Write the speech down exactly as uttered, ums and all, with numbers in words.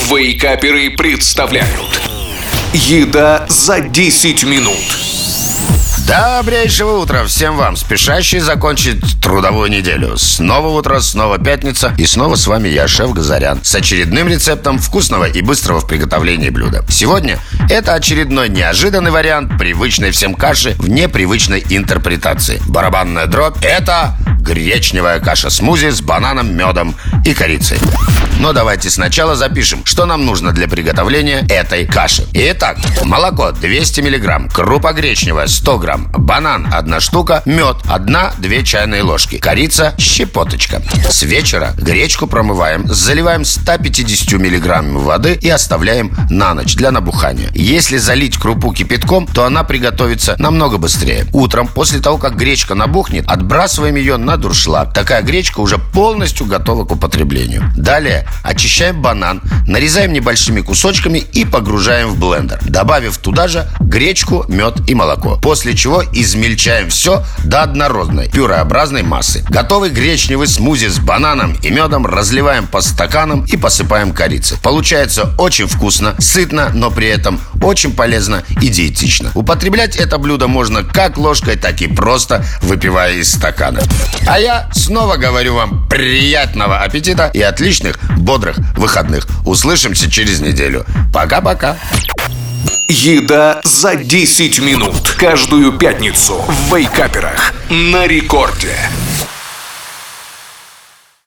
Вейкаперы представляют «Еда за десять минут». Добрейшего утра всем вам, спешащие закончить трудовую неделю. Снова утро, снова пятница, и снова с вами я, шеф Газарян, с очередным рецептом вкусного и быстрого в приготовлении блюда. Сегодня это очередной неожиданный вариант привычной всем каши в непривычной интерпретации. Барабанная дробь – это гречневая каша-смузи с бананом, медом и корицей. Но давайте сначала запишем, что нам нужно для приготовления этой каши. Итак, молоко двести миллиграмм, крупа гречневая сто грамм, банан одна штука, мед одна-две чайные ложки, корица щепоточка. С вечера гречку промываем, заливаем ста пятьюдесятью миллиграммами воды и оставляем на ночь для набухания. Если залить крупу кипятком, то она приготовится намного быстрее. Утром, после того, как гречка набухнет, отбрасываем ее на дуршлаг. Такая гречка уже полностью готова к употреблению. Далее очищаем банан, нарезаем небольшими кусочками и погружаем в блендер, добавив туда же гречку, мед и молоко. После чего измельчаем все до однородной пюреобразной массы. Готовый гречневый смузи с бананом и медом разливаем по стаканам и посыпаем корицей. Получается очень вкусно, сытно, но при этом очень полезно и диетично. Употреблять это блюдо можно как ложкой, так и просто выпивая из стакана. А я снова говорю вам приятного аппетита и отличных, бодрых выходных. Услышимся через неделю. Пока-пока. «Еда за десять минут». Каждую пятницу в Вейкаперах на рекорде.